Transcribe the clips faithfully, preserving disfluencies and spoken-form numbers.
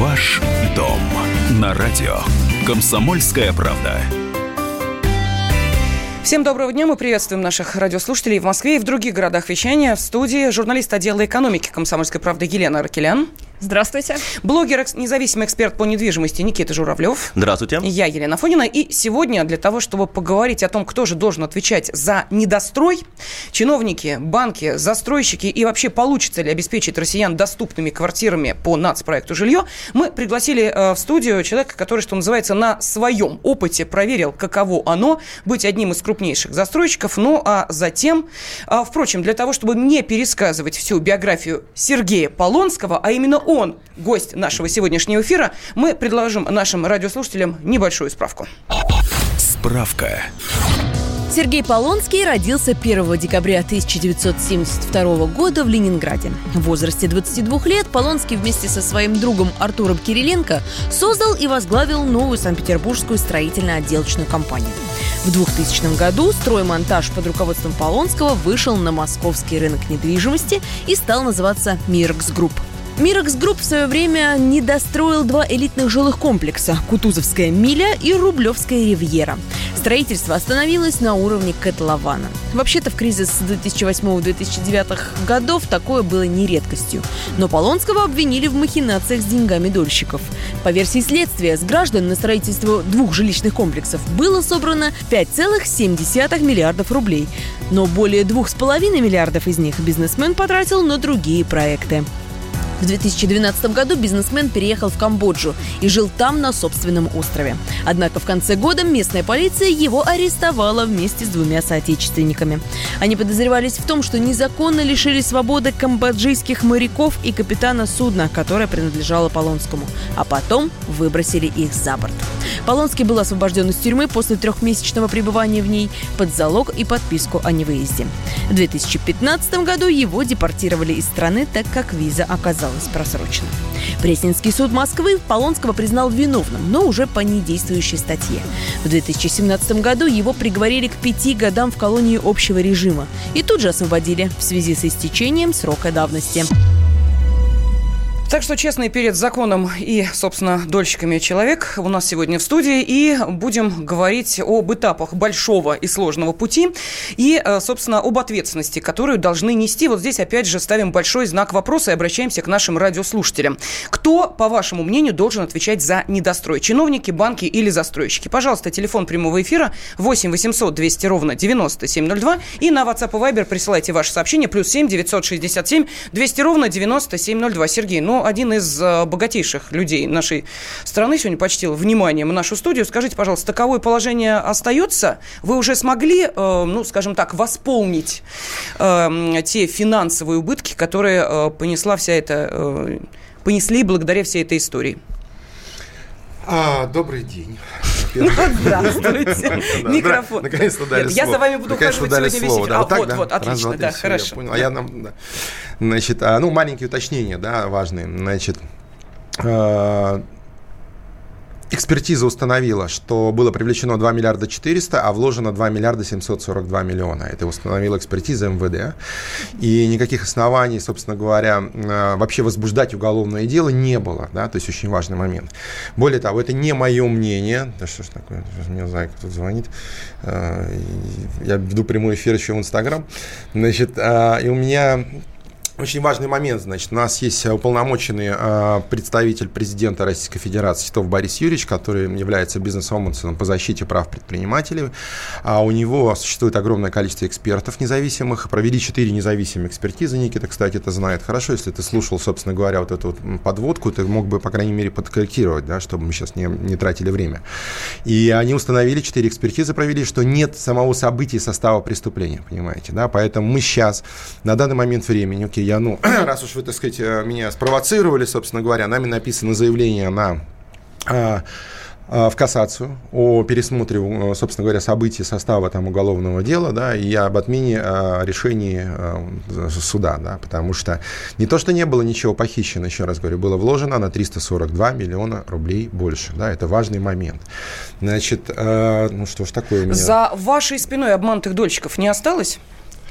Ваш дом на радио «Комсомольская правда». Всем доброго дня. Мы приветствуем наших радиослушателей в Москве и в других городах вещания. В студии журналист отдела экономики «Комсомольской правды» Елена Аракелян. Здравствуйте. Блогер, независимый эксперт по недвижимости Никита Журавлев. Здравствуйте. Я Елена Афонина. И сегодня для того, чтобы поговорить о том, кто же должен отвечать за недострой, чиновники, банки, застройщики и вообще получится ли обеспечить россиян доступными квартирами по нацпроекту «Жилье», мы пригласили э, в студию человека, который, что называется, на своем опыте проверил, каково оно быть одним из крупнейших застройщиков. Ну, а затем, э, впрочем, для того, чтобы не пересказывать всю биографию Сергея Полонского, а именно он, гость нашего сегодняшнего эфира, мы предложим нашим радиослушателям небольшую справку. Справка. Сергей Полонский родился первого декабря тысяча девятьсот семьдесят второго года в Ленинграде. В возрасте двадцати двух лет Полонский вместе со своим другом Артуром Кириленко создал и возглавил новую санкт-петербургскую строительно-отделочную компанию. В двухтысячном году строймонтаж под руководством Полонского вышел на московский рынок недвижимости и стал называться «Мирекс Групп». Мирекс Групп в свое время недостроил два элитных жилых комплекса – Кутузовская миля и Рублевская ривьера. Строительство остановилось на уровне котлована. Вообще-то в кризис две тысячи восьмого - две тысячи девятого годов такое было не редкостью. Но Полонского обвинили в махинациях с деньгами дольщиков. По версии следствия, с граждан на строительство двух жилищных комплексов было собрано пять целых семь десятых миллиардов рублей. Но более двух с половиной миллиардов из них бизнесмен потратил на другие проекты. В две тысячи двенадцатом году бизнесмен переехал в Камбоджу и жил там на собственном острове. Однако в конце года местная полиция его арестовала вместе с двумя соотечественниками. Они подозревались в том, что незаконно лишили свободы камбоджийских моряков и капитана судна, которое принадлежало Полонскому, а потом выбросили их за борт. Полонский был освобожден из тюрьмы после трехмесячного пребывания в ней под залог и подписку о невыезде. В две тысячи пятнадцатом году его депортировали из страны, так как виза оказалась просрочена. Пресненский суд Москвы Полонского признал виновным, но уже по недействующей статье. В две тысячи семнадцатом году его приговорили к пяти годам в колонии общего режима и тут же освободили в связи с истечением срока давности. Так что честный перед законом и, собственно, дольщиками человек у нас сегодня в студии. И будем говорить об этапах большого и сложного пути и, собственно, об ответственности, которую должны нести. Вот здесь, опять же, ставим большой знак вопроса и обращаемся к нашим радиослушателям. Кто, по вашему мнению, должен отвечать за недострой? Чиновники, банки или застройщики? Пожалуйста, телефон прямого эфира восемь восемьсот двести ровно девяносто семь ноль два. И на WhatsApp и Viber присылайте ваши сообщения. Плюс семь девятьсот шестьдесят семь двести ровно девяносто семь ноль два. Сергей, ну, один из uh, богатейших людей нашей страны сегодня почтил вниманием нашу студию. Скажите, пожалуйста, таковое положение остается? Вы уже смогли, uh, ну, скажем так, восполнить uh, те финансовые убытки, которые uh, понесла вся эта, uh, понесли благодаря всей этой истории? А, добрый день. Здравствуйте. Микрофон. Наконец-то дали слово. Я за вами буду ухаживать сегодня весь эфир. А, вот, вот, отлично, да, хорошо. А я нам, значит, ну, маленькие уточнения, да, важные. Значит, экспертиза установила, что было привлечено два миллиарда четыреста, а вложено два миллиарда семьсот сорок два миллиона. Это установила экспертиза эм вэ дэ. И никаких оснований, собственно говоря, вообще возбуждать уголовное дело не было. Да? То есть очень важный момент. Более того, это не мое мнение. Да что ж такое? Мне Зайка тут звонит. Я веду прямой эфир еще в Инстаграм. Значит, и у меня... Очень важный момент, значит, у нас есть уполномоченный э, представитель президента Российской Федерации Титов Борис Юрьевич, который является бизнес-омбудсменом по защите прав предпринимателей. А у него существует огромное количество экспертов независимых. Провели четыре независимые экспертизы. Никита, кстати, это знает хорошо. Если ты слушал, собственно говоря, вот эту вот подводку, ты мог бы, по крайней мере, подкорректировать, да, чтобы мы сейчас не, не тратили время. И они установили, четыре экспертизы провели, что нет самого события состава преступления, понимаете, да, поэтому мы сейчас, на данный момент времени, окей, я, ну, раз уж вы, так сказать, меня спровоцировали, собственно говоря, нами написано заявление на, а, а, в кассацию о пересмотре, собственно говоря, событий состава там уголовного дела, да, и об отмене а, решений а, суда, да, потому что не то, что не было ничего похищено, еще раз говорю, было вложено на триста сорок два миллиона рублей больше, да, это важный момент. Значит, а, ну что ж такое у меня... За вашей спиной обманутых дольщиков не осталось?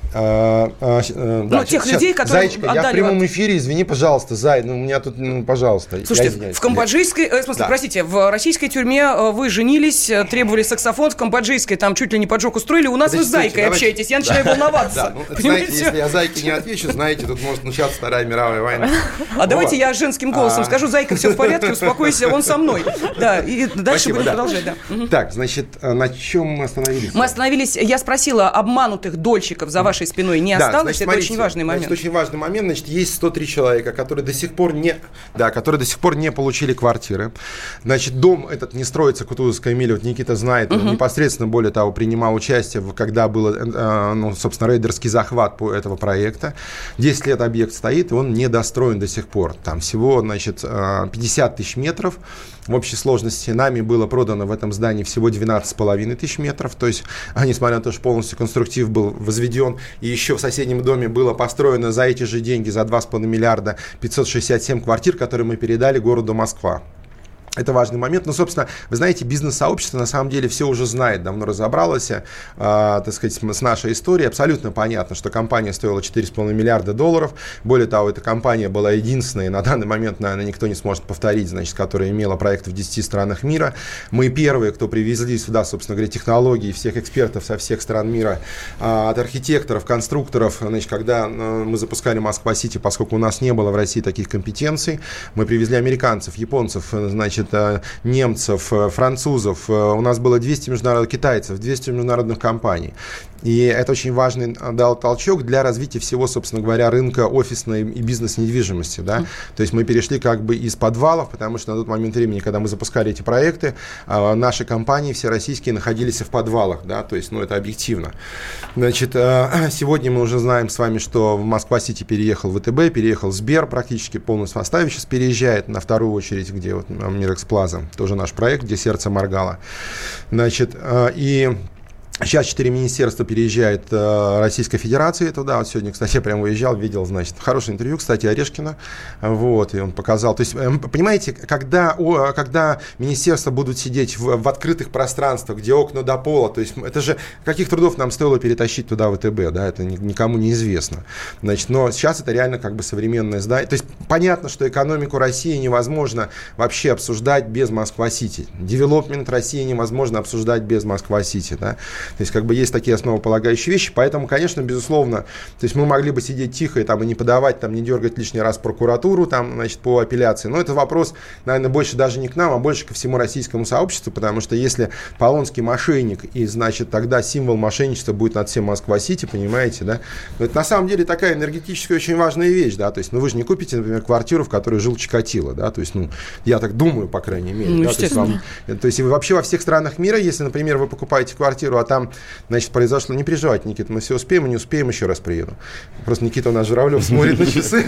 А, а, а, ну, да, тех сейчас, людей, которые Зайчка, отдали я в прямом вам... эфире, извини, пожалуйста, Зай, ну, у меня тут, ну, пожалуйста. Слушайте, в камбоджийской, э, в смысле, да. простите, в российской тюрьме вы женились, требовали саксофон, в камбоджийской там чуть ли не поджог устроили, у нас Подождите, вы с Зайкой давайте... общаетесь, я начинаю да. волноваться. Да, ну, знаете, если я Зайке не отвечу, знаете, тут может начаться Вторая мировая война. А давайте я женским голосом скажу: Зайка, все в порядке, успокойся, он со мной. Да, и дальше будем продолжать, да. Так, значит, на чем мы остановились? Мы остановились, я спросила, обманутых дольщиков за вашей спиной не осталось? Значит, это смотрите, очень важный момент. Значит, очень важный момент. Значит, есть сто три человека, которые до сих пор не, да, которые до сих пор не получили квартиры. Значит, дом этот не строится, Кутузовская миля, вот Никита знает, uh-huh. непосредственно, более того, принимал участие, когда был, э, ну, собственно, рейдерский захват по этого проекта. десять лет объект стоит, и он не достроен до сих пор. Там всего, значит, пятьдесят тысяч метров. В общей сложности нами было продано в этом здании всего двенадцать с половиной тысяч метров. То есть, несмотря на то, что полностью конструктив был возведен, и еще в соседнем доме было построено за эти же деньги, за два с половиной миллиарда, пятьсот шестьдесят семь квартир, которые мы передали городу Москва. Это важный момент. Но, собственно, вы знаете, бизнес-сообщество на самом деле все уже знает, давно разобралось, э, так сказать, с нашей историей. Абсолютно понятно, что компания стоила четыре с половиной миллиарда долларов. Более того, эта компания была единственной, и на данный момент, наверное, никто не сможет повторить, значит, которая имела проекты в десяти странах мира. Мы первые, кто привезли сюда, собственно говоря, технологии всех экспертов со всех стран мира, э, от архитекторов, конструкторов. Значит, когда э, мы запускали Москва-Сити, поскольку у нас не было в России таких компетенций, мы привезли американцев, японцев, значит, немцев, французов, у нас было двести международных китайцев, двести международных компаний. И это очень важный дал толчок для развития всего, собственно говоря, рынка офисной и бизнес-недвижимости. Да? То есть мы перешли как бы из подвалов, потому что на тот момент времени, когда мы запускали эти проекты, наши компании все российские находились в подвалах. Да? То есть, ну, это объективно. Значит, сегодня мы уже знаем с вами, что в Москва-Сити переехал ВТБ, переехал Сбер, практически полностью в составе сейчас переезжает на вторую очередь, где вот Мирекс Плаза, тоже наш проект, где сердце моргало. Значит, и сейчас четыре министерства переезжает э, Российской Федерации туда. Вот сегодня, кстати, я прям выезжал, видел, значит, хорошее интервью, кстати, Орешкина. Вот, и он показал. То есть, э, понимаете, когда, о, когда министерства будут сидеть в, в открытых пространствах, где окна до пола, то есть, это же каких трудов нам стоило перетащить туда ВТБ, да, это ни, никому не известно. Значит, но сейчас это реально как бы современное здание. То есть, понятно, что экономику России невозможно вообще обсуждать без Москва-Сити. Девелопмент России невозможно обсуждать без Москва-Сити, да. То есть, как бы есть такие основополагающие вещи, поэтому, конечно, безусловно, то есть мы могли бы сидеть тихо и там и не подавать, там, не дергать лишний раз прокуратуру, там, значит, по апелляции, но это вопрос, наверное, больше даже не к нам, а больше ко всему российскому сообществу, потому что если Полонский мошенник, и, значит, тогда символ мошенничества будет над всем Москва-Сити, понимаете, да, но это на самом деле такая энергетическая очень важная вещь, да, то есть, ну, вы же не купите, например, квартиру, в которой жил Чикатило, да, то есть, ну, я так думаю, по крайней мере, ну, да, то есть, вам, то есть, вообще во всех странах мира, если, например, вы покупаете квартиру, а там, значит, произошло, не переживайте, Никита, мы все успеем, и не успеем, еще раз приеду. Просто Никита у нас Журавлев смотрит на часы.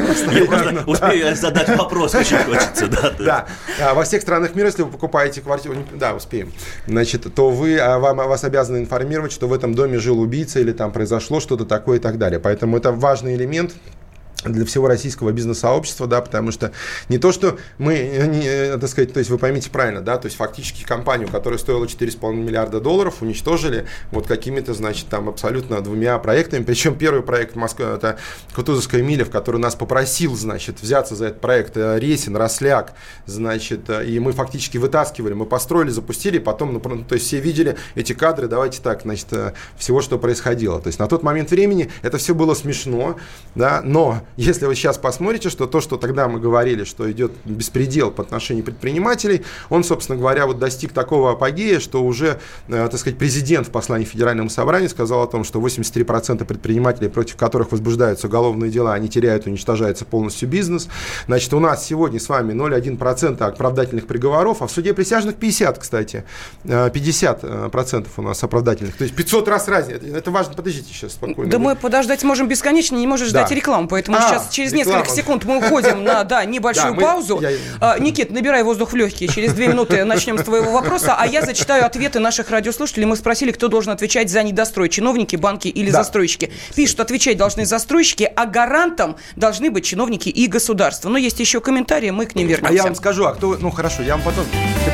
Я успею задать вопрос, очень хочется. Да, во всех странах мира, если вы покупаете квартиру, да, успеем, значит, то вы, вам, вас обязаны информировать, что в этом доме жил убийца, или там произошло что-то такое и так далее. Поэтому это важный элемент для всего российского бизнес-сообщества, да, потому что не то, что мы, не, так сказать, то есть вы поймите правильно, да, то есть фактически компанию, которая стоила четыре с половиной миллиарда долларов, уничтожили вот какими-то, значит, там абсолютно двумя проектами, причем первый проект Москва, это Кутузовская миля, в который нас попросил, значит, взяться за этот проект Ресин, Росляк, значит, и мы фактически вытаскивали, мы построили, запустили, потом, ну, то есть все видели эти кадры, давайте так, значит, всего, что происходило, то есть на тот момент времени это все было смешно, да, но если вы сейчас посмотрите, что то, что тогда мы говорили, что идет беспредел по отношению предпринимателей, он, собственно говоря, вот достиг такого апогея, что уже, э, так сказать, президент в послании Федеральному собранию сказал о том, что восемьдесят три процента предпринимателей, против которых возбуждаются уголовные дела, они теряют, уничтожается полностью бизнес. Значит, у нас сегодня с вами ноль целых одна десятая процента оправдательных приговоров, а в суде присяжных пятьдесят, кстати, пятьдесят процентов у нас оправдательных. То есть пятьсот раз разница. Это важно. Подождите сейчас спокойно. Да мы подождать можем бесконечно, не можешь ждать да. рекламу, поэтому а, сейчас через реклама. несколько секунд мы уходим на да, небольшую да, паузу. Мы, я... а, Никит, набирай воздух в легкие, через две минуты начнем с твоего вопроса, а я зачитаю ответы наших радиослушателей. Мы спросили, кто должен отвечать за недострой, чиновники, банки или да. застройщики. Пишут, отвечать должны застройщики, а гарантом должны быть чиновники и государство. Но есть еще комментарии, мы к ним вернемся. А я вам скажу, а кто... Ну хорошо, я вам потом...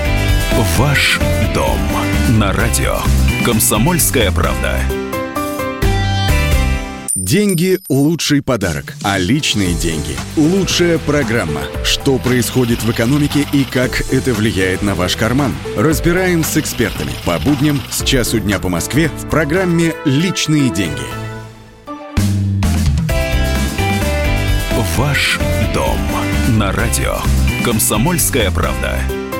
Ваш дом на радио «Комсомольская правда». Деньги – лучший подарок, а личные деньги – лучшая программа. Что происходит в экономике и как это влияет на ваш карман? Разбираем с экспертами по будням с часу дня по Москве в программе «Личные деньги». Ваш дом на радио «Комсомольская правда».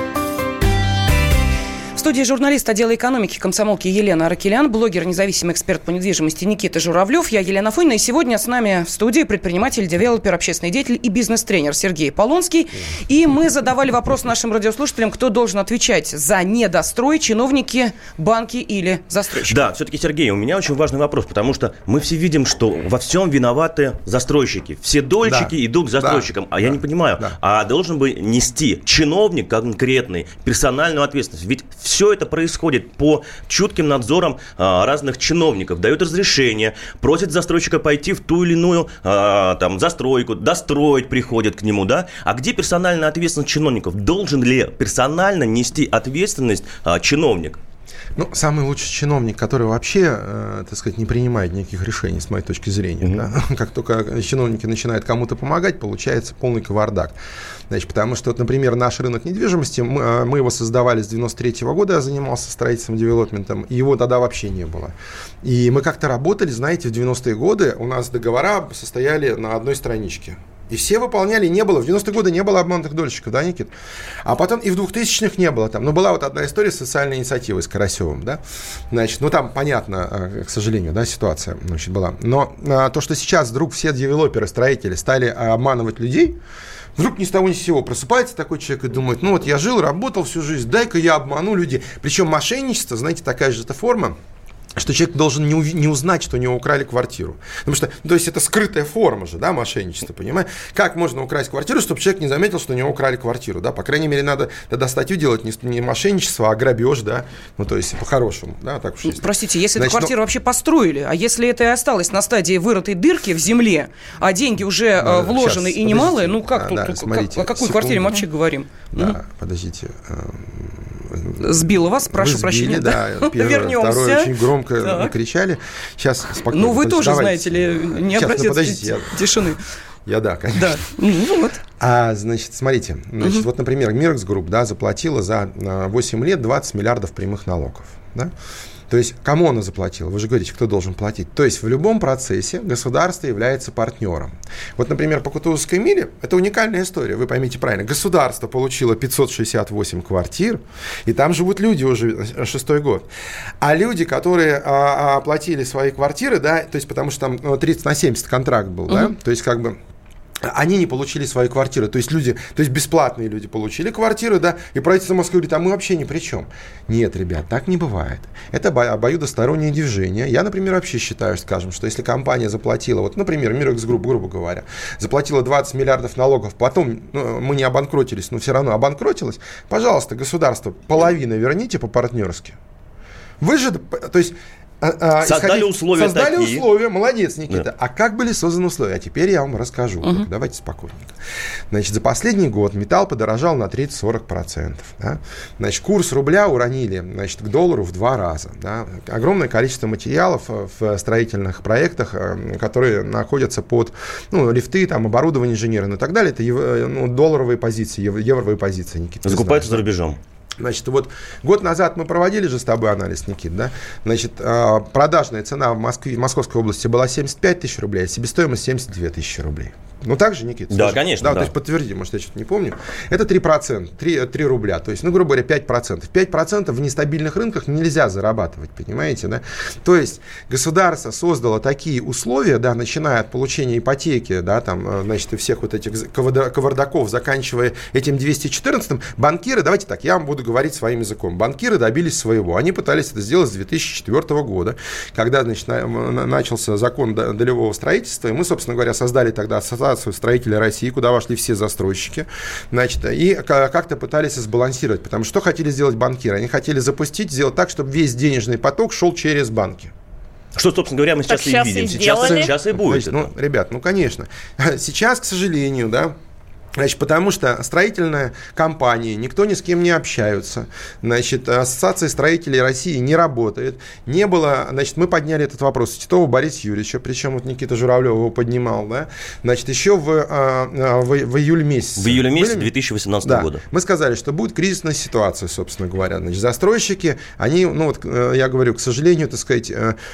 В студии журналист отдела экономики комсомолки Елена Аракелян, блогер, независимый эксперт по недвижимости Никита Журавлев, я Елена Афонина, и сегодня с нами в студии предприниматель, девелопер, общественный деятель и бизнес-тренер Сергей Полонский. И мы задавали вопрос нашим радиослушателям, кто должен отвечать за недострой, чиновники, банки или застройщики. Да, все-таки, Сергей, у меня очень важный вопрос, потому что мы все видим, что во всем виноваты застройщики. Все дольщики да. идут к застройщикам, да. а я да. не понимаю, да. а должен бы нести чиновник конкретный персональную ответственность, ведь все это происходит по чутким надзорам а, разных чиновников. Дают разрешение, просят застройщика пойти в ту или иную а, там, застройку, достроить приходят к нему, да? А где персональная ответственность чиновников? Должен ли персонально нести ответственность а, чиновник? Ну, самый лучший чиновник, который вообще, э, так сказать, не принимает никаких решений, с моей точки зрения. Mm-hmm. Да? Как только чиновники начинают кому-то помогать, получается полный кавардак. Значит, потому что, вот, например, наш рынок недвижимости, мы, мы его создавали с девяносто третьего года, я занимался строительством, девелопментом, и его тогда вообще не было. И мы как-то работали, знаете, в девяностые годы у нас договора состояли на одной страничке. И все выполняли, не было. В девяностые годы не было обманутых дольщиков, да, Никит? А потом и в двухтысячных не было там. Но была вот одна история с социальной инициативой с Карасевым, да. Значит, ну там понятно, к сожалению, да, ситуация, значит, была. Но а, то, что сейчас вдруг все девелоперы, строители стали обманывать людей, вдруг ни с того ни с сего просыпается такой человек и думает, ну вот я жил, работал всю жизнь, дай-ка я обману людей. Причем мошенничество, знаете, такая же эта форма, что человек должен не, ув... не узнать, что у него украли квартиру. Потому что, то есть, это скрытая форма же, да, мошенничества, понимаешь? Как можно украсть квартиру, чтобы человек не заметил, что у него украли квартиру, да? По крайней мере, надо тогда статью делать не, не мошенничество, а грабеж, да? Ну, то есть, по-хорошему, да, так уж есть. Простите, если Значит, эту квартиру ну... вообще построили, а если это и осталось на стадии вырытой дырки в земле, а деньги уже да, вложены сейчас, и немалые, ну, как да, тут, да, смотрите, о какой секунду. Квартире мы вообще говорим? Да, угу. подождите. Сбила вас, прошу сбили, прощения. Да, первое, Вернемся. Второе, очень громко так. Кричали. Сейчас спокойно. Ну, вы тоже, давайте. знаете ли, не Сейчас, обратите ну, подождите, я... тишины. Я, да, конечно. Да. Ну, вот. А, значит, смотрите. Значит, угу. вот, например, Мирекс Групп, да, заплатила за восемь лет двадцать миллиардов прямых налогов, да? То есть, кому она заплатила? Вы же говорите, кто должен платить. То есть, в любом процессе государство является партнером. Вот, например, по Кутузовской миле, это уникальная история, вы поймите правильно. Государство получило пятьсот шестьдесят восемь квартир, и там живут люди уже шестой год. А люди, которые а, оплатили свои квартиры, да, то есть, потому что там тридцать на семьдесят контракт был, угу. да, то есть, как бы, они не получили свои квартиры, то есть люди, то есть бесплатные люди получили квартиры, да, и правительство Москвы говорит, а мы вообще ни при чем. Нет, ребят, так не бывает. Это обоюдостороннее движение. Я, например, вообще считаю, скажем, что если компания заплатила, вот, например, Мирекс Групп, грубо говоря, заплатила двадцать миллиардов налогов, потом ну, мы не обанкротились, но все равно обанкротилась, пожалуйста, государство, половину верните по-партнерски. Вы же, то есть... А, создали исходить, условия Создали такие. условия, молодец, Никита. Да. А как были созданы условия? А теперь я вам расскажу. Uh-huh. Давайте спокойненько. Значит, за последний год металл подорожал на тридцать-сорок процентов. Да? Значит, курс рубля уронили, значит, к доллару в два раза. Да? Огромное количество материалов в строительных проектах, которые находятся под ну, лифты, там, оборудование инженеров и так далее. Это ну, долларовые позиции, евровые позиции, Никита. Закупаются за рубежом. Значит, вот год назад мы проводили же с тобой анализ, Никит, да? Значит, продажная цена в Москве, в Московской области была семьдесят пять тысяч рублей, а себестоимость семьдесят две тысячи рублей. Ну, так же, Никита? Да, конечно, да. да. То есть, подтверди, может, я что-то не помню. Это три процента, три, три рубля. То есть, ну, грубо говоря, пять процентов. пять процентов в нестабильных рынках нельзя зарабатывать, понимаете, да? То есть, государство создало такие условия, да, начиная от получения ипотеки, да, там, значит, и всех вот этих кавардаков, заканчивая этим двести четырнадцатым, банкиры, давайте так, я вам буду говорить своим языком. Банкиры добились своего. Они пытались это сделать с две тысячи четвёртого года, когда, значит, на, на, начался закон долевого строительства, и мы, собственно говоря, создали тогда ассоциацию строителей России, куда вошли все застройщики, значит, и как-то пытались сбалансировать, потому что что хотели сделать банкиры? Они хотели запустить, сделать так, чтобы весь денежный поток шел через банки. Что, собственно говоря, мы сейчас так и сейчас видим. И сейчас, сейчас и будет. Значит, ну, ребят, ну, конечно. Сейчас, к сожалению, да, Значит, потому что строительная компания, никто ни с кем не общаются. Значит, Ассоциация строителей России не работает. Не было, значит, мы подняли этот вопрос с Титова Бориса Юрьевича, причем вот Никита Журавлев его поднимал, да. Значит, еще в, в, в июле месяце. В июле месяце две тысячи восемнадцатого да, года. Мы сказали, что будет кризисная ситуация, собственно говоря. Значит, застройщики, они, ну вот, я говорю, к сожалению, так сказать,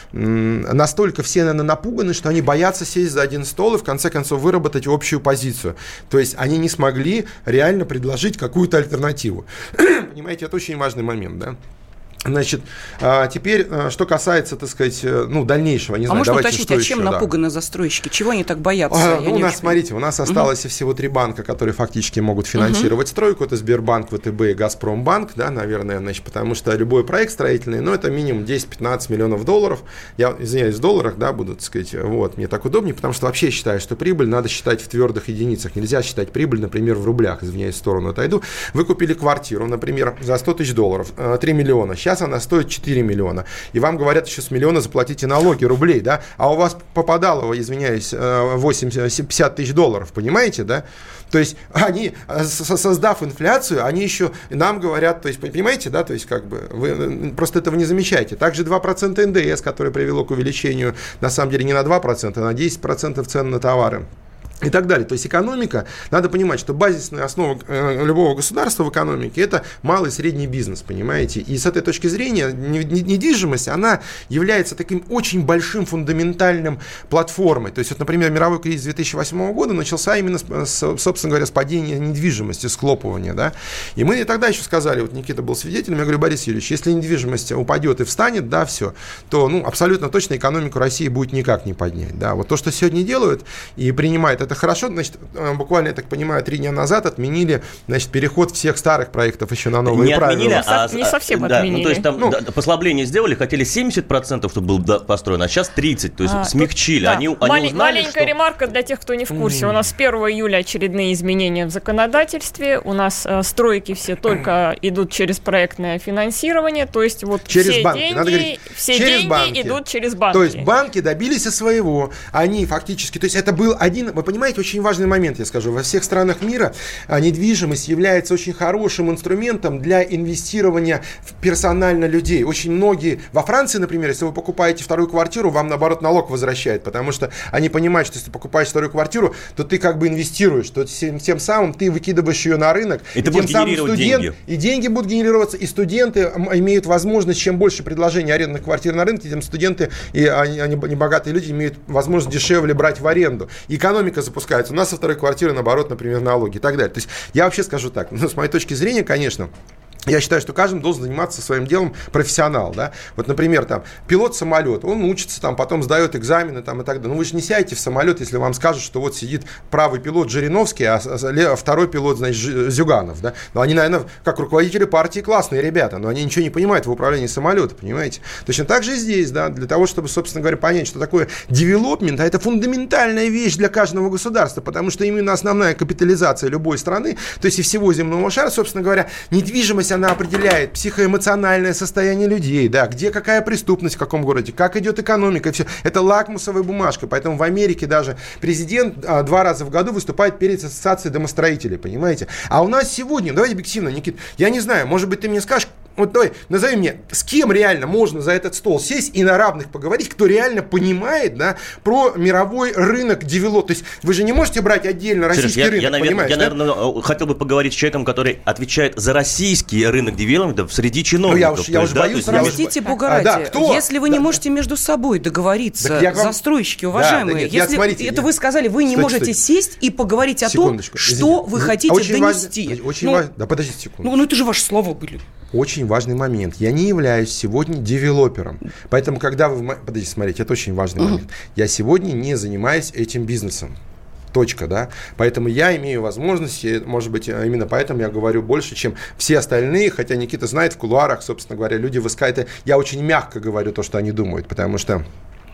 настолько все, наверное, напуганы, что они боятся сесть за один стол и, в конце концов, выработать общую позицию. То есть, они не смогли реально предложить какую-то альтернативу. Понимаете, это очень важный момент, да? Значит, теперь, что касается, так сказать, ну, дальнейшего, не а знаю, можно давайте, уточнить, что а еще, чем да. напуганы застройщики? Чего они так боятся? А, ну, у нас, очень... смотрите, у нас осталось uh-huh. всего три банка, которые фактически могут финансировать uh-huh. стройку. Это Сбербанк, ВТБ и Газпромбанк, да, наверное, значит, потому что любой проект строительный, ну, это минимум десять-пятнадцать миллионов долларов. Я, извиняюсь, в долларах, да, буду, так сказать, вот, мне так удобнее, потому что вообще считаю, что прибыль надо считать в твердых единицах. Нельзя считать прибыль, например, в рублях, извиняюсь, в сторону отойду. Вы купили квартиру, например, за сто тысяч долларов, три миллиона, сейчас она стоит четыре миллиона. И вам говорят, еще с миллиона заплатите налоги, рублей, да, а у вас попадало, извиняюсь, восемьдесят тысяч долларов, понимаете, да? То есть они, создав инфляцию, они еще нам говорят, то есть, понимаете, да, то есть как бы вы просто этого не замечаете. Также два процента эн дэ эс, которое привело к увеличению, на самом деле, не на два процента, а на десять процентов цен на товары. И так далее. То есть экономика, надо понимать, что базисная основа любого государства в экономике – это малый и средний бизнес, понимаете? И с этой точки зрения недвижимость, она является таким очень большим фундаментальным платформой. То есть, вот, например, мировой кризис две тысячи восьмого года начался именно, с, собственно говоря, с падения недвижимости, схлопывания, да? И мы тогда еще сказали, вот Никита был свидетелем, я говорю, Борис Юрьевич, если недвижимость упадет и встанет, да, все, то, ну, абсолютно точно экономику России будет никак не поднять, да? Вот то, что сегодня делают и принимают это хорошо, значит, буквально, я так понимаю, три дня назад отменили, значит, переход всех старых проектов еще на новые не правила. Отменили, а, не совсем да, отменили. Ну, то есть там ну, да, послабление сделали, хотели семьдесят процентов, чтобы был построен, а сейчас тридцать процентов, то есть а, смягчили. Тут, они, да. они Малень, узнали, маленькая что... ремарка для тех, кто не в курсе. Mm. У нас с первого июля очередные изменения в законодательстве. У нас э, стройки все только идут через проектное финансирование, то есть вот через все банки. деньги, Надо говорить, все через деньги банки. идут через банки. То есть банки добились своего. Они фактически, то есть это был один, вы понимаете, очень важный момент, я скажу. Во всех странах мира недвижимость является очень хорошим инструментом для инвестирования в персонально людей. Очень многие, во Франции, например, если вы покупаете вторую квартиру, вам, наоборот, налог возвращают, потому что они понимают, что если ты покупаешь вторую квартиру, то ты как бы инвестируешь, то тем, тем самым ты выкидываешь ее на рынок, и, и тем самым студент, деньги. И деньги будут генерироваться, и студенты имеют возможность, чем больше предложений арендных квартир на рынке, тем студенты и они, они небогатые люди имеют возможность дешевле брать в аренду. И экономика запускается. У нас со второй квартиры, наоборот, например, налоги и так далее. То есть я вообще скажу так, ну, с моей точки зрения, конечно, я считаю, что каждый должен заниматься своим делом профессионал, да. Вот, например, там, пилот самолета, он учится, там, потом сдает экзамены, там, и так далее. Ну, вы же не сядете в самолет, если вам скажут, что вот сидит правый пилот Жириновский, а, а второй пилот, значит, Зюганов, да. Но они, наверное, как руководители партии классные ребята, но они ничего не понимают в управлении самолетом, понимаете. Точно так же и здесь, да, для того, чтобы, собственно говоря, понять, что такое девелопмент, а это фундаментальная вещь для каждого государства, потому что именно основная капитализация любой страны, то есть и всего земного шара, собственно говоря, недвижимость, она определяет психоэмоциональное состояние людей, да, где какая преступность в каком городе, как идет экономика, и все. Это лакмусовая бумажка, поэтому в Америке даже президент а, два раза в году выступает перед ассоциацией домостроителей, понимаете? А у нас сегодня, давайте объективно, Никит, я не знаю, может быть, ты мне скажешь, вот давай, назови мне, с кем реально можно за этот стол сесть и на равных поговорить, кто реально понимает, да, про мировой рынок девелоп. То есть вы же не можете брать отдельно российский Сереж, рынок, я, я, понимаешь? Я, да? наверное, хотел бы поговорить с человеком, который отвечает за российский рынок девелопментов среди чиновников. Ну, я уж, я есть, уж да, боюсь. Простите, уж... бога ради, а, да, кто? Если вы да, не можете да. между собой договориться, вам... застройщики, уважаемые, да, да нет, если я, смотрите, это я... вы сказали, вы не можете стойте. сесть и поговорить о том, что извините. вы хотите очень донести. Важный, очень ну, важ... Да подождите секунду. Ну, ну это же ваши слова были. Очень важный момент. Я не являюсь сегодня девелопером. Поэтому, когда вы... Подождите, смотрите, это очень важный uh-huh. момент. Я сегодня не занимаюсь этим бизнесом. Точка, да. Поэтому я имею возможность, может быть, именно поэтому я говорю больше, чем все остальные, хотя Никита знает в кулуарах, собственно говоря, люди высказывают. Я очень мягко говорю то, что они думают, потому что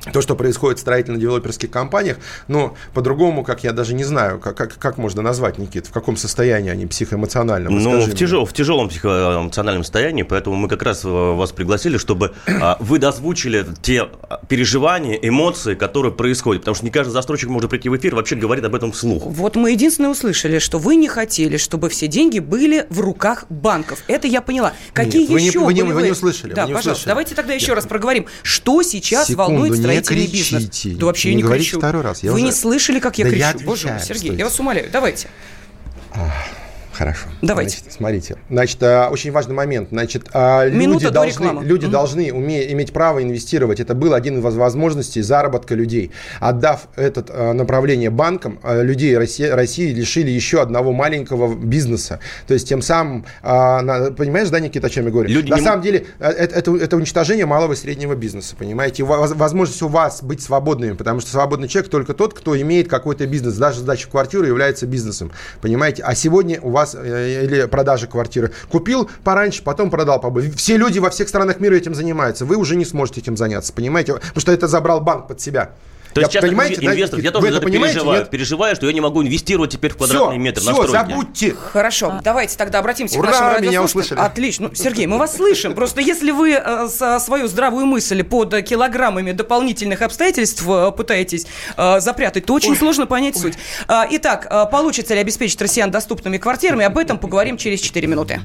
то, что происходит в строительно-девелоперских компаниях, но по-другому, как я даже не знаю, как, как, как можно назвать, Никит, в каком состоянии они психоэмоциональном? Ну, в, тяжел, в тяжелом психоэмоциональном состоянии, поэтому мы как раз вас пригласили, чтобы вы дозвучили те переживания, эмоции, которые происходят, потому что не каждый застройщик может прийти в эфир и вообще говорит об этом вслух. Вот мы единственное услышали, что вы не хотели, чтобы все деньги были в руках банков. Это я поняла. Какие Нет, еще вы не, были вы не услышали. Да, вы не пожалуйста, услышали. давайте тогда еще я... раз проговорим, что сейчас Секунду, волнует строительный не кричите, бизнес. Да вообще не, не говорите кричу. второй раз. Я вы уже... не слышали, как я да кричу? Я отвечаю, Боже мой, Сергей, стойте. я вас умоляю, давайте. Хорошо. Давайте. Значит, смотрите. Значит, очень важный момент. Значит, люди, должны, люди mm-hmm. должны уметь, иметь право инвестировать. Это был один из возможностей заработка людей. Отдав это направление банкам, людей России, России лишили еще одного маленького бизнеса. То есть, тем самым, понимаешь, да, Никита, о чем я говорю? Люди На не... самом деле, это, это, это уничтожение малого и среднего бизнеса, понимаете? Возможность у вас быть свободными, потому что свободный человек только тот, кто имеет какой-то бизнес. Даже сдача в квартиру является бизнесом, понимаете? А сегодня у вас или продажа квартиры. Купил пораньше, потом продал побольше. Все люди во всех странах мира этим занимаются. Вы уже не сможете этим заняться, понимаете? Потому что это забрал банк под себя. То есть, часто инвесторы, я тоже это переживаю, переживаю, что я не могу инвестировать теперь в квадратный все, метр все, на стройке. Забудьте. Хорошо, а. давайте тогда обратимся Ура, к нашим радиослушателям. меня услышали. Отлично. Ну, Сергей, мы вас слышим. Просто если вы э, со, свою здравую мысль под килограммами дополнительных обстоятельств э, пытаетесь э, запрятать, то очень Ой. сложно понять Ой. суть. Э, итак, э, получится ли обеспечить россиян доступными квартирами? Об этом поговорим через четыре минуты.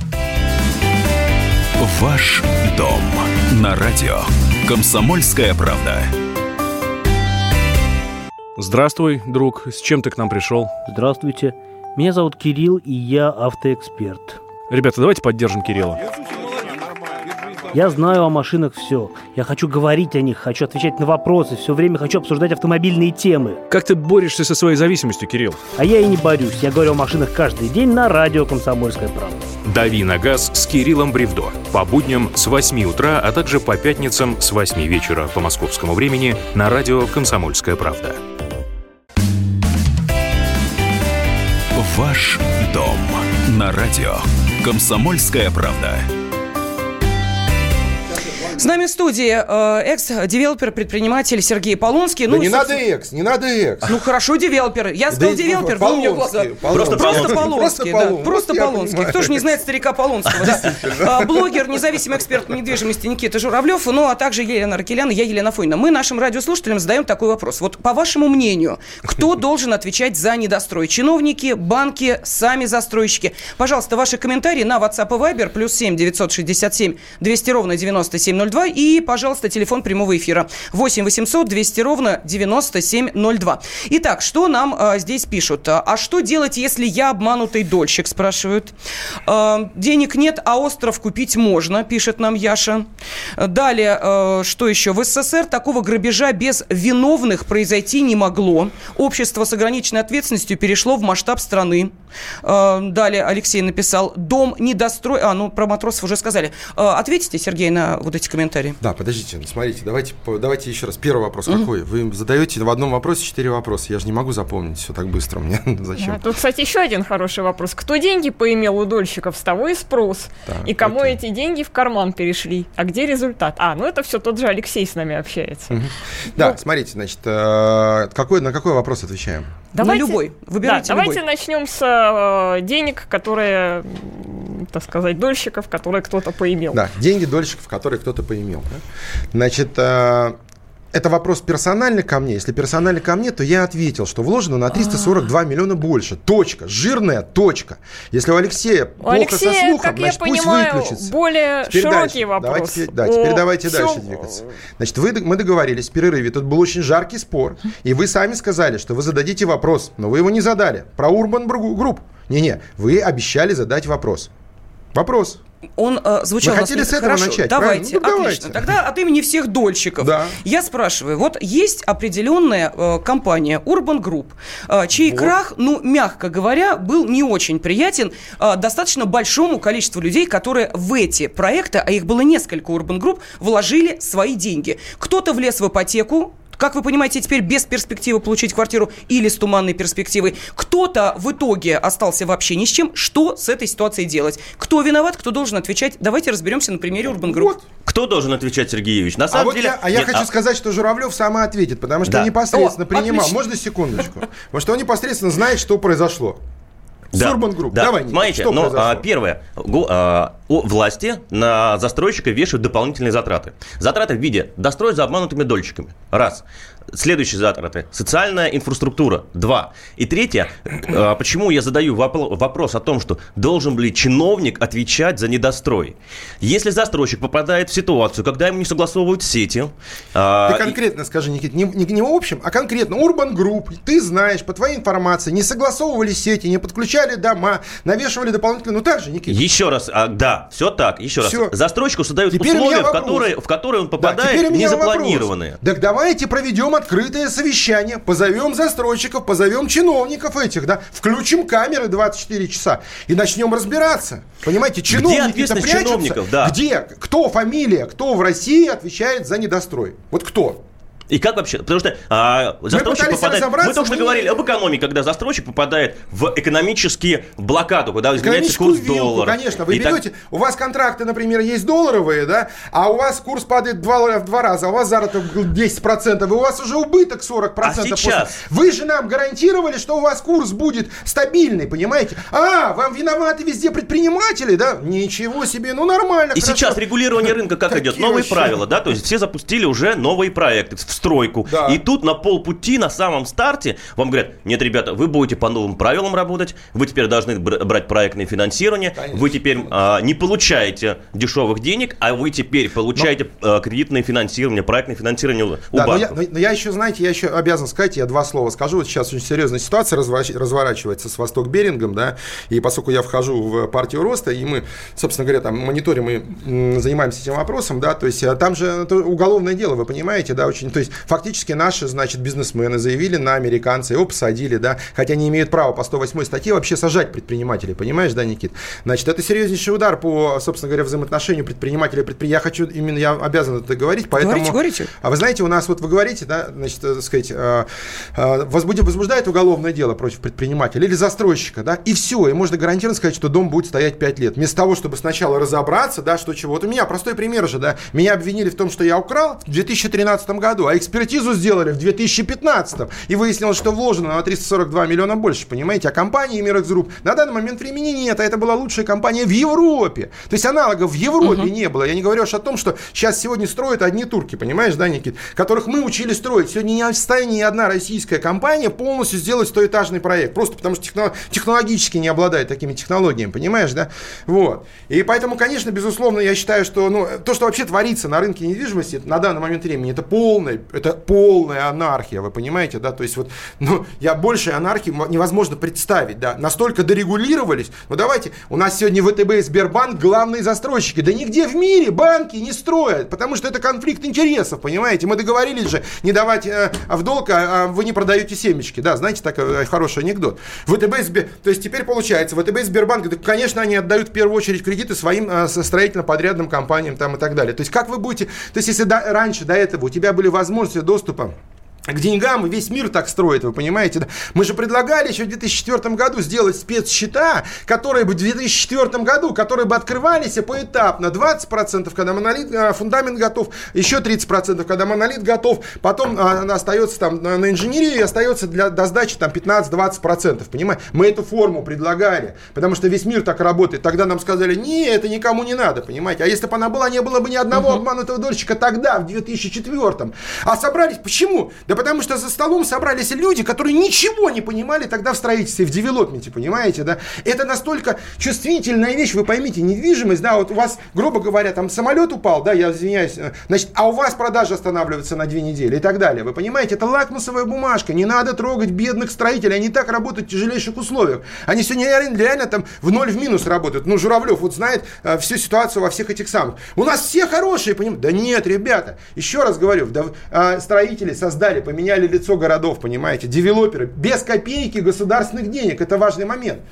Ваш дом на радио «Комсомольская правда». Здравствуй, друг. С чем ты к нам пришел? Здравствуйте. Меня зовут Кирилл, и я автоэксперт. Ребята, давайте поддержим Кирилла. Я знаю о машинах все. Я хочу говорить о них, хочу отвечать на вопросы, все время хочу обсуждать автомобильные темы. Как ты борешься со своей зависимостью, Кирилл? А я и не борюсь. Я говорю о машинах каждый день на радио «Комсомольская правда». «Дави на газ» с Кириллом Бревдо. По будням с восьми утра, а также по пятницам с восьми вечера по московскому времени на радио «Комсомольская правда». Ваш дом на радио «Комсомольская правда». С нами в студии э, экс-девелопер, предприниматель Сергей Полонский. Да ну, не надо экс, не надо экс. Ну хорошо, девелопер. Я сказал да девелопер, вы у меня глаза. Просто Полонский. Просто Полонский, да. Просто Полонский. Кто же не знает старика Полонского, да? Блогер, независимый эксперт по недвижимости Никита Журавлев, ну а также Елена Аркелян и я, Елена Фойна. Мы нашим радиослушателям задаем такой вопрос. Вот по вашему мнению, кто должен отвечать за недострой? Чиновники, банки, сами застройщики? Пожалуйста, ваши комментарии на WhatsApp и Viber плюс семь девятьсот шестьдесят семь двести ровно девяносто семь ноль два и, пожалуйста, телефон прямого эфира восемь восемьсот двести ровно девяносто семь ноль два. Итак, что нам а, здесь пишут? А что делать, если я обманутый дольщик, спрашивают. А, денег нет, а остров купить можно, пишет нам Яша. Далее, а, что еще? В СССР такого грабежа без виновных произойти не могло. Общество с ограниченной ответственностью перешло в масштаб страны. А, далее Алексей написал: дом недострой... А, ну, про матросов уже сказали. А, ответите, Сергей, на вот эти комментарии? Да, подождите, смотрите, давайте, давайте еще раз. Первый вопрос mm-hmm. какой? Вы задаете в одном вопросе четыре вопроса. Я же не могу запомнить все так быстро. Мне зачем? А, тут, кстати, еще один хороший вопрос. Кто деньги поимел у дольщиков, с того и спрос. Так, и кому окей. эти деньги в карман перешли? А где результат? А, ну это все тот же Алексей с нами общается. Mm-hmm. Да, вот. Смотрите, значит, какой, на какой вопрос отвечаем? Давайте, на любой. Выбирайте да, любой. Давайте начнем с э, денег, которые, так сказать, дольщиков, которые кто-то поимел. Да, деньги дольщиков, которые кто-то поимел. Да? Значит, э, это вопрос персонально ко мне. Если персонально ко мне, то я ответил, что вложено на триста сорок два миллиона больше. Точка. Жирная точка. Если у Алексея у плохо Алексея, со слухом, как значит, я пусть понимаю, выключится. Более теперь широкий дальше. вопрос. Давайте, да, теперь О, давайте все... дальше двигаться. Значит, вы, мы договорились в перерыве. Тут был очень жаркий спор. И вы сами сказали, что вы зададите вопрос. Но вы его не задали. Про Urban Group. Не-не, вы обещали задать вопрос. Вопрос. Он э, звучал... Вы хотели с этого хорошо. начать, Давайте, ну, отлично. давайте. Тогда от имени всех дольщиков. Да. Я спрашиваю, вот есть определенная э, компания Urban Group, э, чей вот. крах, ну, мягко говоря, был не очень приятен э, достаточно большому количеству людей, которые в эти проекты, а их было несколько Urban Group, вложили свои деньги. Кто-то влез в ипотеку, как вы понимаете, теперь без перспективы получить квартиру или с туманной перспективой. Кто-то в итоге остался вообще ни с чем. Что с этой ситуацией делать? Кто виноват, кто должен отвечать? Давайте разберемся на примере Urban Group. Вот. Кто должен отвечать, Сергей Юрьевич? На самом а вот деле... я, а я Нет, хочу а... сказать, что Журавлев сам ответит, потому что да. он непосредственно О, принимал. Отлично. Можно секундочку? Потому что он непосредственно знает, что произошло. Да, Urban Group. Да. Давай, Ник, смотрите, что но, произошло? А, первое. Го, а, о, власти на застройщика вешают дополнительные затраты. Затраты в виде достроить за обманутыми дольщиками. Раз. Следующие затраты. Социальная инфраструктура. Два. И третье. А, почему я задаю воп- вопрос о том, что должен ли чиновник отвечать за недострой? Если застройщик попадает в ситуацию, когда ему не согласовывают сети... А, ты конкретно и... скажи, Никит, не, не, не в общем, а конкретно. Urban Group, ты знаешь, по твоей информации, не согласовывали сети, не подключали дома, навешивали дополнительно. Ну так же, Никит. Еще раз. А, да, все так. Еще все. раз. Застройщику создают теперь условия, в которые, в которые он попадает, да, незапланированные. Так давайте проведем открытое совещание, позовем застройщиков, позовем чиновников этих, да, включим камеры двадцать четыре часа и начнем разбираться. Понимаете, чиновники-то прячутся. Чиновников, да. Где? Кто фамилия, кто в России отвечает за недострой? Вот кто? И как вообще? Потому что а, застройщик попадает... Мы только что говорили об экономике, когда застройщик попадает в экономические блокаду, когда изменяется курс вилку, доллара. Конечно, вы берете... Так... У вас контракты, например, есть долларовые, да, а у вас курс падает два, в два раза, а у вас заработок десять процентов, и у вас уже убыток сорок процентов. А сейчас? После... Вы же нам гарантировали, что у вас курс будет стабильный, понимаете? А, вам виноваты везде предприниматели, да? Ничего себе, ну нормально. И хорошо. Сейчас регулирование рынка как идет? Новые вообще... правила, да, то есть все запустили уже новые проекты в стройку. Да. И тут на полпути, на самом старте вам говорят: нет, ребята, вы будете по новым правилам работать, вы теперь должны брать проектное финансирование, конечно, вы теперь а, не получаете дешевых денег, а вы теперь получаете но... а, кредитное финансирование, проектное финансирование у да, банков. Но я, но я еще, знаете, я еще обязан сказать, я два слова скажу. Вот сейчас очень серьезная ситуация разворачивается с Восток Берингом, да, и поскольку я вхожу в партию роста, и мы, собственно говоря, там мониторим и занимаемся этим вопросом, да, то есть там же уголовное дело, вы понимаете, да, очень, то есть фактически наши, значит, бизнесмены заявили на американца, его посадили, да, хотя не имеют права по сто восьмой статье вообще сажать предпринимателей, понимаешь, да, Никит? Значит, это серьезнейший удар по, собственно говоря, взаимоотношению предпринимателя и предприятия. Я хочу, именно я обязан это говорить, поэтому... Говорите, говорите. А вы знаете, у нас, вот вы говорите, да, значит, так сказать, возбуждает уголовное дело против предпринимателя или застройщика, да, и все, и можно гарантированно сказать, что дом будет стоять пять лет. Вместо того, чтобы сначала разобраться, да, что чего. Вот у меня простой пример же, да, меня обвинили в том, что я украл в две тысячи тринадцатом году, а экспертизу сделали в две тысячи пятнадцатом, и выяснилось, что вложено на триста сорок два миллиона больше, понимаете, а компании Emirates Group на данный момент времени нет, а это была лучшая компания в Европе, то есть аналогов в Европе uh-huh. не было, я не говорю уж о том, что сейчас сегодня строят одни турки, понимаешь, да, Никит, которых мы учили строить, сегодня не в состоянии ни одна российская компания полностью сделать стоэтажный проект, просто потому что техно- технологически не обладает такими технологиями, понимаешь, да, вот, и поэтому, конечно, безусловно, я считаю, что, ну, то, что вообще творится на рынке недвижимости на данный момент времени, это полное, это полная анархия, вы понимаете, да, то есть вот, ну, я большей анархии невозможно представить, да, настолько дорегулировались, ну, давайте, у нас сегодня ВТБ и Сбербанк главные застройщики, да нигде в мире банки не строят, потому что это конфликт интересов, понимаете, мы договорились же не давать э, в долг, а, а вы не продаете семечки, да, знаете, такой э, хороший анекдот, ВТБ и Сбер, то есть теперь получается, ВТБ и Сбербанк, да, конечно, они отдают в первую очередь кредиты своим э, строительно-подрядным компаниям там и так далее, то есть как вы будете, то есть если до, раньше, до этого у тебя были возможности доступа к деньгам, и весь мир так строит, вы понимаете, да? Мы же предлагали еще в две тысячи четвёртом году сделать спецсчета, которые бы в две тысячи четвёртом году, которые бы открывались поэтапно, двадцать процентов, когда монолит, фундамент готов, еще тридцать процентов, когда монолит готов, потом а, остается там на инженерии, остается для до сдачи там пятнадцать-двадцать процентов, понимаете? Мы эту форму предлагали, потому что весь мир так работает. Тогда нам сказали: не, это никому не надо, понимаете? А если бы она была, не было бы ни одного uh-huh. обманутого дольщика тогда, в две тысячи четвёртом. А собрались, почему? Да потому что за столом собрались люди, которые ничего не понимали тогда в строительстве, в девелопменте, понимаете, да? Это настолько чувствительная вещь, вы поймите, недвижимость, да, вот у вас, грубо говоря, там самолет упал, да, я извиняюсь, значит, а у вас продажи останавливаются на две недели и так далее, вы понимаете, это лакмусовая бумажка, не надо трогать бедных строителей, они так работают в тяжелейших условиях, они сегодня реально, реально там в ноль в минус работают, ну, Журавлев вот знает э, всю ситуацию во всех этих самых, у нас все хорошие, понимаете, да нет, ребята, еще раз говорю, да, э, строители создали, поменяли лицо городов, понимаете, девелоперы, без копейки государственных денег, это важный момент.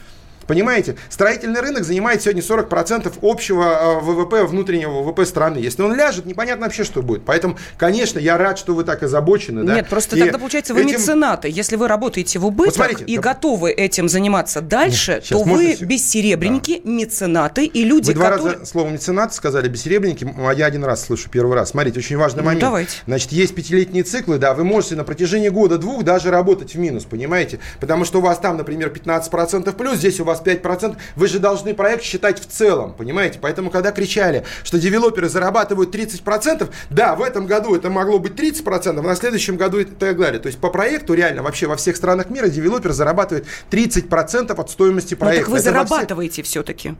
Понимаете? Строительный рынок занимает сегодня сорок процентов общего ВВП, внутреннего ВВП страны. Если он ляжет, непонятно вообще, что будет. Поэтому, конечно, я рад, что вы так озабочены. Нет, да? просто и тогда, получается, вы этим... меценаты. Если вы работаете в убыток вот смотрите, и да... готовы этим заниматься дальше, Нет, то вы все... бессеребренники, да. меценаты и люди, вы которые... Вы два раза слово меценаты сказали, бессеребренники, а я один раз слышу, первый раз. Смотрите, очень важный ну, момент. Давайте. Значит, есть пятилетние циклы, да, вы можете на протяжении года-двух даже работать в минус, понимаете? Потому что у вас там, например, пятнадцать процентов плюс, здесь у вас пять процентов. Вы же должны проект считать в целом, понимаете? Поэтому, когда кричали, что девелоперы зарабатывают тридцать процентов, да, в этом году это могло быть тридцать процентов, на следующем году и так далее. То есть по проекту реально вообще во всех странах мира девелопер зарабатывает тридцать процентов от стоимости проекта. Ну так вы это зарабатываете все... все-таки.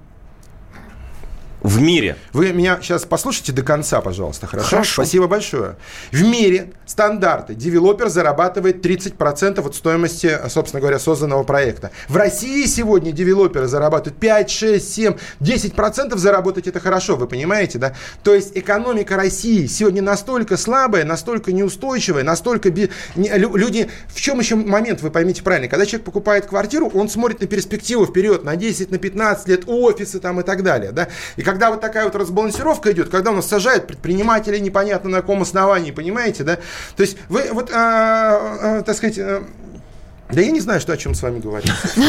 В мире. Вы меня сейчас послушайте до конца, пожалуйста, хорошо? Хорошо. Спасибо большое. В мире стандарты. Девелопер зарабатывает тридцать процентов от стоимости, собственно говоря, созданного проекта. В России сегодня девелоперы зарабатывают пять, шесть, семь, десять процентов заработать это хорошо, вы понимаете, да? То есть экономика России сегодня настолько слабая, настолько неустойчивая, настолько... Би... Люди... В чем еще момент, вы поймите правильно? Когда человек покупает квартиру, он смотрит на перспективу вперед, на десять, на пятнадцать лет, офисы там и так далее, да? И когда вот такая вот разбалансировка идет, когда у нас сажают предпринимателей непонятно на каком основании, понимаете, да? То есть вы вот, а, а, так сказать... А, да я не знаю, что о чем с вами говорить.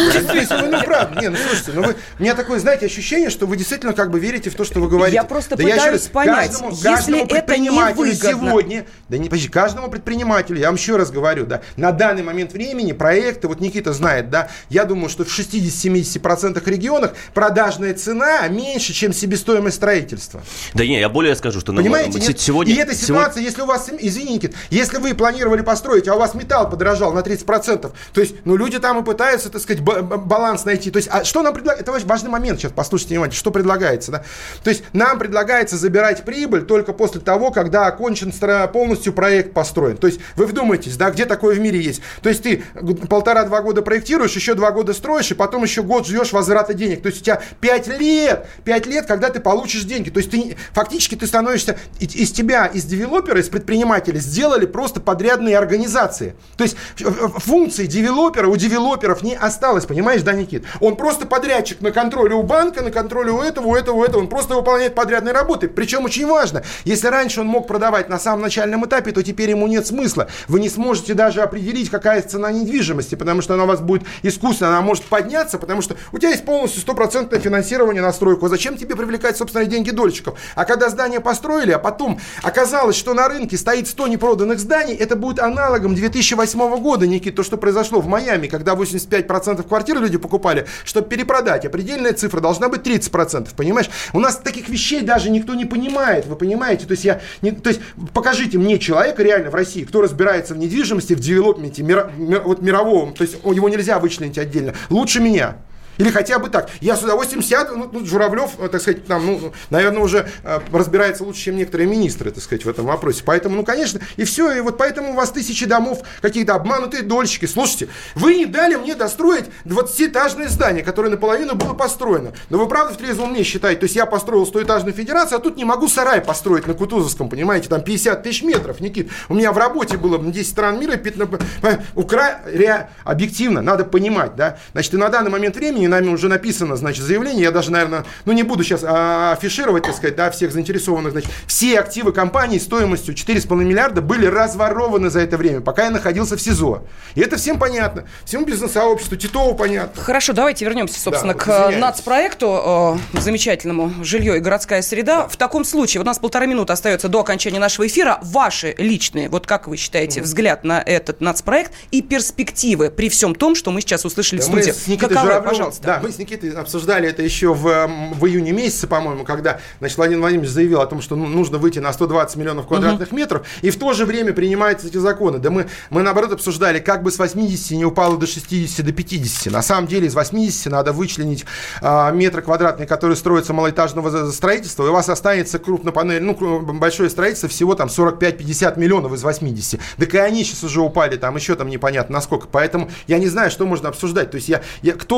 Ну, правда. Не, ну, слушайте, ну вы... У меня такое, знаете, ощущение, что вы действительно как бы верите в то, что вы говорите. Я просто да пытаюсь я понять, каждому, если каждому это невыгодно... сегодня... Да не, подожди, каждому предпринимателю, я вам еще раз говорю, да, на данный момент времени проекты, вот Никита знает, да, я думаю, что в шестьдесят-семьдесят процентов регионах продажная цена меньше, чем себестоимость строительства. Да не, я более скажу, что... Понимаете, нет? Сегодня... И эта ситуация, сегодня... если у вас, извини, Никит, если вы планировали построить, а у вас металл подорожал на тридцать процентов, то есть, ну, люди там и пытаются, так сказать, баланс найти. То есть, а что нам предлагается? Это важный момент сейчас, послушайте внимательно, что предлагается, да? То есть, нам предлагается забирать прибыль только после того, когда окончен полностью проект построен. То есть, вы вдумайтесь, да, где такое в мире есть? То есть, ты полтора-два года проектируешь, еще два года строишь, и потом еще год ждешь возврата денег. То есть, у тебя пять лет, пять лет, когда ты получишь деньги. То есть, ты, фактически ты становишься, из тебя, из девелопера, из предпринимателя сделали просто подрядные организации. То есть, функции девелопера у девелоперов не осталось, понимаешь, да, Никит? Он просто подрядчик на контроле у банка, на контроле у этого, у этого, у этого. Он просто выполняет подрядные работы. Причем очень важно, если раньше он мог продавать на самом начальном этапе, то теперь ему нет смысла. Вы не сможете даже определить, какая цена недвижимости, потому что она у вас будет искусственно, она может подняться, потому что у тебя есть полностью стопроцентное финансирование на стройку. Зачем тебе привлекать собственные деньги дольщиков? А когда здание построили, а потом оказалось, что на рынке стоит сто непроданных зданий, это будет аналогом две тысячи восьмого года, Никит, то, что произошло в Майами, когда восемьдесят пять процентов квартир люди покупали, чтобы перепродать, а предельная цифра должна быть тридцать процентов, понимаешь? У нас таких вещей даже никто не понимает, вы понимаете? То есть, я не, то есть покажите мне человека реально в России, кто разбирается в недвижимости, в девелопменте мира, мир, вот мировом, то есть его нельзя вычленить отдельно, лучше меня. Или хотя бы так. Я с удовольствием сяду, ну, ну Журавлев, так сказать, там, ну, наверное, уже э, разбирается лучше, чем некоторые министры, так сказать, в этом вопросе. Поэтому, ну, конечно, и все, и вот поэтому у вас тысячи домов, какие-то обманутые дольщики. Слушайте, вы не дали мне достроить двадцатиэтажное здание, которое наполовину было построено. Но вы правда в трезвом уме считаете? То есть я построил стоэтажную федерацию, а тут не могу сарай построить на Кутузовском, понимаете, там пятьдесят тысяч метров, Никит. У меня в работе было десять стран мира, пятнадцать... Укра... Ре... Объективно, надо понимать, да. Значит, и на данный момент времени нами уже написано, значит, заявление, я даже, наверное, ну, не буду сейчас а, афишировать, так сказать, да, всех заинтересованных, значит, все активы компании стоимостью четыре с половиной миллиарда были разворованы за это время, пока я находился в СИЗО. И это всем понятно, всему бизнес-сообществу, Титову понятно. Хорошо, давайте вернемся, собственно, да, вот к нацпроекту э, замечательному «Жилье и городская среда». Да. В таком случае, вот у нас полтора минуты остается до окончания нашего эфира. Ваши личные, вот как вы считаете, mm-hmm. взгляд на этот нацпроект и перспективы при всем том, что мы сейчас услышали да, в студии? Каковы, пожалуйста? Да, мы с Никитой обсуждали это еще в, в июне месяце, по-моему, когда, значит, Владимир Владимирович заявил о том, что ну, нужно выйти на сто двадцать миллионов квадратных uh-huh. метров, и в то же время принимаются эти законы. Да мы, мы, наоборот, обсуждали, как бы с восьмидесяти не упало до шестидесяти, до пятидесяти. На самом деле, из восьмидесяти надо вычленить а, метры квадратные, которые строятся малоэтажного строительства, и у вас останется крупнопанель, ну, большое строительство, всего там сорок пять - пятьдесят миллионов из восьмидесяти. Так и они сейчас уже упали, там еще там непонятно насколько. Поэтому я не знаю, что можно обсуждать. То есть я, я кто консультирует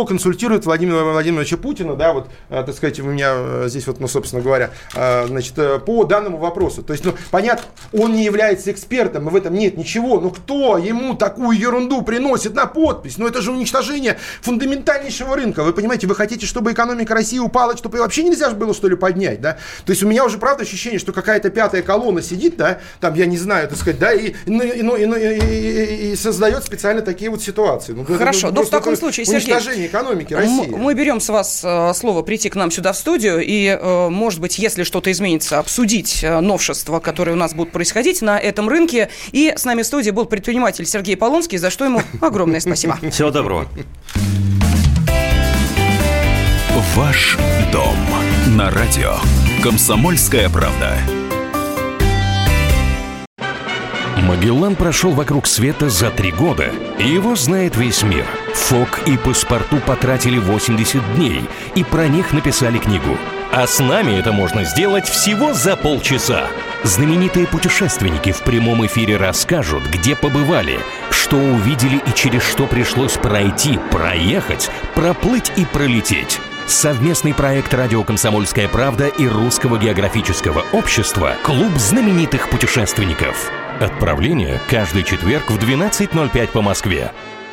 цитирует Владимира Владимировича Путина, да, вот, так сказать, у меня здесь вот, ну, собственно говоря, значит, по данному вопросу. То есть, ну, понятно, он не является экспертом, и в этом нет ничего, но кто ему такую ерунду приносит на подпись? Ну, это же уничтожение фундаментальнейшего рынка. Вы понимаете, вы хотите, чтобы экономика России упала, чтобы ее вообще нельзя было, что ли, поднять, да? То есть, у меня уже, правда, ощущение, что какая-то пятая колонна сидит, да, там, я не знаю, так сказать, да, и, и, и, и, и, и создает специально такие вот ситуации. Ну, хорошо, но в таком случае, Сергей, уничтожение экономики России. Мы берем с вас э, слово прийти к нам сюда в студию и, э, может быть, если что-то изменится, обсудить э, новшества, которые у нас будут происходить на этом рынке. И с нами в студии был предприниматель Сергей Полонский, за что ему огромное спасибо. Всего доброго. Ваш дом на радио «Комсомольская правда». Магеллан прошел вокруг света за три года, и его знает весь мир. Фок и Паспарту потратили восемьдесят дней, и про них написали книгу. А с нами это можно сделать всего за полчаса. Знаменитые путешественники в прямом эфире расскажут, где побывали, что увидели и через что пришлось пройти, проехать, проплыть и пролететь. Совместный проект «Радио Комсомольская правда» и Русского географического общества «Клуб знаменитых путешественников». Отправление каждый четверг в двенадцать ноль пять по Москве.